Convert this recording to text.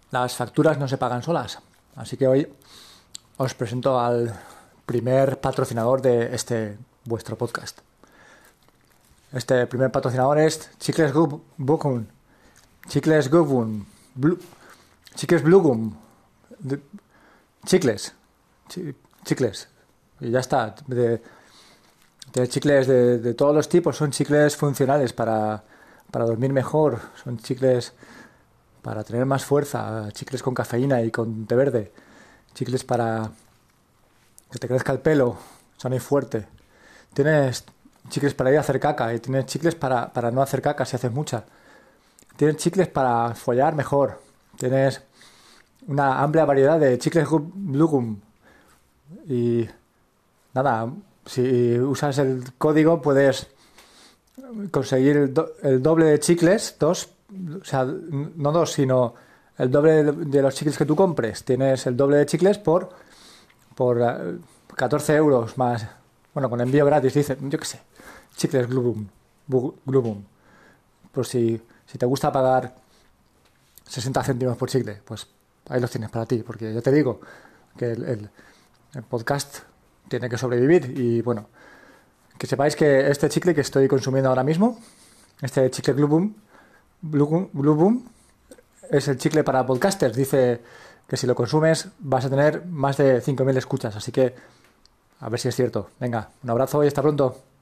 las facturas no se pagan solas. Así que hoy os presento al primer patrocinador de este vuestro podcast. Este primer patrocinador es Chicles Gubun. Chicles Gubun. Chicles Blugum. Chicles. Chicles. Y ya está. De chicles de todos los tipos. Son chicles funcionales para dormir mejor. Son chicles para tener más fuerza. Chicles con cafeína y con té verde. Chicles para que te crezca el pelo sano y fuerte. Tienes chicles para ir a hacer caca y tienes chicles para no hacer caca si haces mucha. Tienes chicles para follar mejor. Tienes una amplia variedad de chicles Blugum. Y nada, si usas el código puedes conseguir el doble de chicles, dos, o sea, no dos, sino el doble de los chicles que tú compres. Tienes el doble de chicles por 14 euros más. Bueno, con envío gratis, dice, yo qué sé. Chicles Glubum. Por si te gusta pagar 60 céntimos por chicle, pues ahí los tienes para ti. Porque ya te digo que el podcast tiene que sobrevivir. Y bueno, que sepáis que este chicle que estoy consumiendo ahora mismo, este chicle Glubum, es el chicle para podcasters. Dice que si lo consumes vas a tener más de 5.000 escuchas. Así que a ver si es cierto. Venga, un abrazo y hasta pronto.